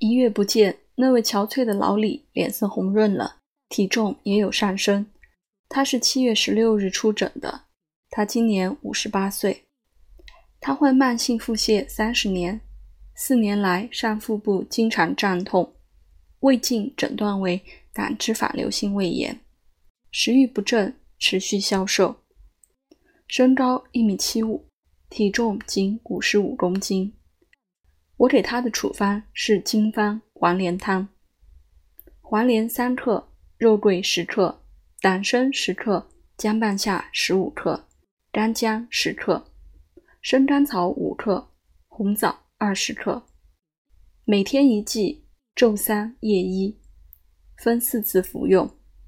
一月不见，那位憔悴的老李脸色红润了，体重也有上升。他是7月16日出诊的，他今年58岁。他患慢性腹泻30年，4年来上腹部经常胀痛，胃镜诊断为胆汁反流性胃炎，食欲不振，持续消瘦。身高1.75米，体重仅55公斤。我给他的处方是经方黄连汤，黄连3克，肉桂10克，党参10克，姜半夏15克，干姜10克，生甘草5克，红枣20克，每天1剂，昼3夜1，分4次服用。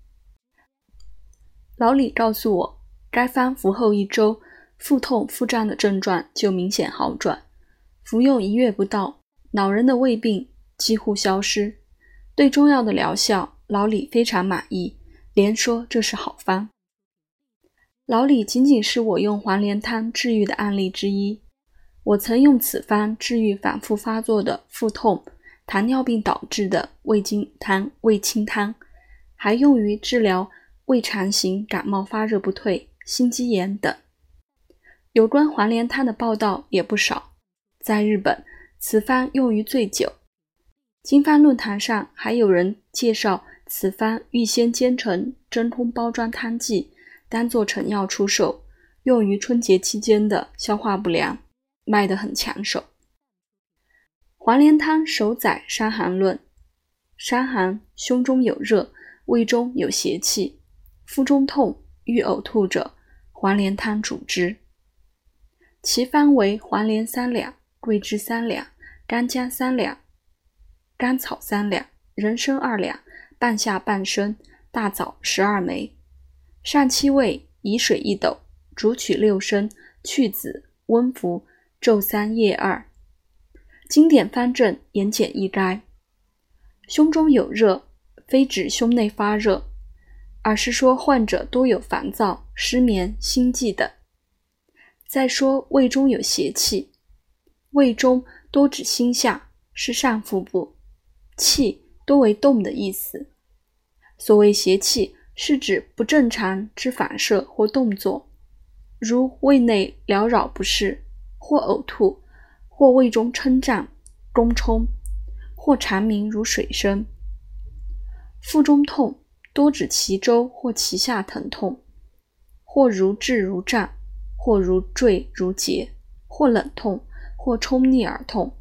老李告诉我，该方服后1周，腹痛腹胀的症状就明显好转，服用1月不到，老人的胃病几乎消失。对中药的疗效，老李非常满意，连说这是好方。老李仅仅是我用黄连汤治愈的案例之一，我曾用此方治愈反复发作的腹痛、糖尿病导致的胃经汤、胃清汤，还用于治疗胃肠型感冒发热不退、心肌炎等。有关黄连汤的报道也不少，在日本，此方用于醉酒。经方论坛上还有人介绍此方预先煎成真空包装汤剂，当作成药出售，用于春节期间的消化不良，卖得很抢手。黄连汤首载伤寒论，伤寒，胸中有热，胃中有邪气，腹中痛，欲呕吐者，黄连汤主之。其方为黄连3两，桂枝3两，干姜3两，甘草3两，人参2两，半夏半升，大枣12枚。上七味，以水1斗，煮取6升，去子，温服，昼3夜2。经典方证言简意赅。胸中有热，非指胸内发热，而是说患者多有烦躁、失眠、心悸等。再说胃中有邪气，胃中多指心下，是上腹部，气多为动的意思。所谓邪气，是指不正常之反射或动作，如胃内缭绕不适，或呕吐，或胃中撑胀、宫冲，或肠鸣如水声。腹中痛，多指脐周或脐下疼痛，或如炙如胀，或如坠如结，或冷痛，或冲逆而痛。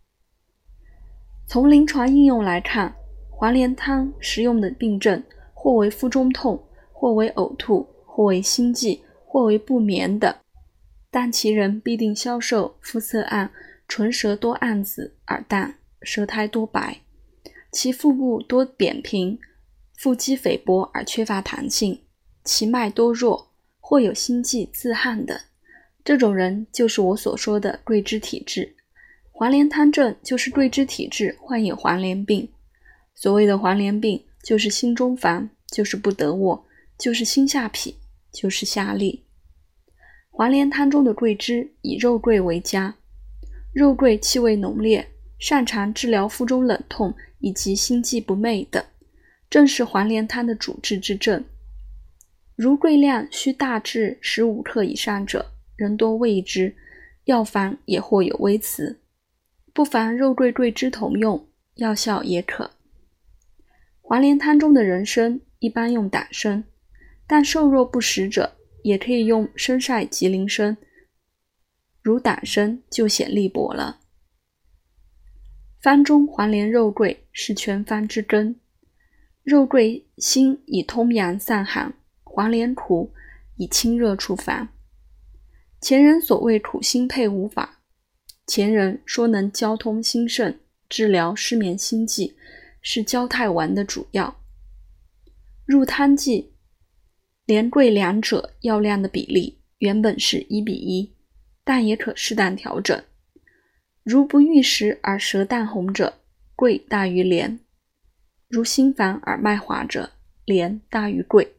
从临床应用来看，黄连汤实用的病症或为腹中痛，或为呕吐，或为心悸，或为不眠等，但其人必定消瘦，肤色暗，唇舌多暗紫，耳淡，舌苔多白，其腹部多扁平，腹肌肥薄而缺乏弹性，其脉多弱，或有心悸、自汗等。这种人就是我所说的桂枝体质。黄连汤症就是桂枝体质患有黄连病。所谓的黄连病，就是心中烦，就是不得卧，就是心下痞，就是下痢。黄连汤中的桂枝以肉桂为佳，肉桂气味浓烈，擅长治疗腹中冷痛以及心悸不寐等，正是黄连汤的主治之症。如桂量需大至15克以上者，人多畏之，药方也或有微词，不妨肉桂桂枝同用，药效也可。黄连汤中的人参一般用党参，但瘦弱不食者也可以用生晒吉林参，如党参就显力薄了。方中黄连肉桂是全方之根，肉桂辛以通阳散寒，黄连苦以清热除烦。前人所谓苦辛配伍法，前人说能交通心肾，治疗失眠心悸，是焦太丸的主要。入汤剂，连桂两者药量的比例原本是1:1，但也可适当调整。如不遇食而舌淡红者，桂大于连；如心烦而脉滑者，连大于桂。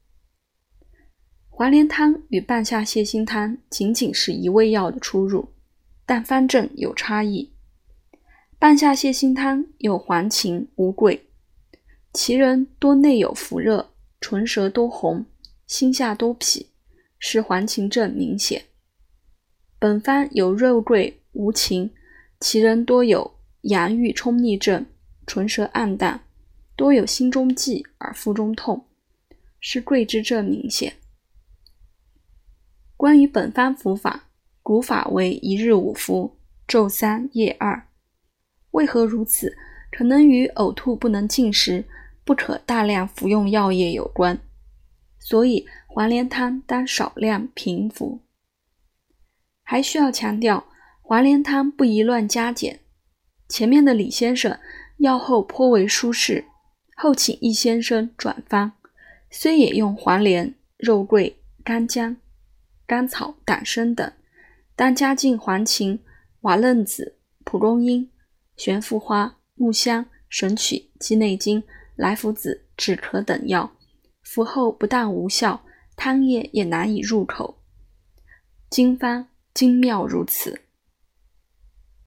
黄连汤与半夏泻心汤仅仅是一味药的出入，但方证有差异。 半夏泻心汤有黄芩、五桂，其人多内有浮热，唇舌多红，心下多痞，是黄芩症明显。本方有肉桂、无芩，其人多有阳郁冲逆症，唇舌暗淡，多有心中悸而腹中痛，是桂枝症明显。关于本方服法，古法为1日5服，昼3夜2。为何如此？可能与呕吐不能进食，不可大量服用药液有关，所以黄连汤当少量平服。还需要强调，黄连汤不宜乱加减。前面的李先生药后颇为舒适，后请易先生转方，虽也用黄连、肉桂、干姜、甘草、党参等，当加进黄芩、瓦楞子、蒲公英、悬浮花、木香、神曲、鸡内金、莱菔子、止咳等药，服后不但无效，汤液也难以入口。经方精妙如此。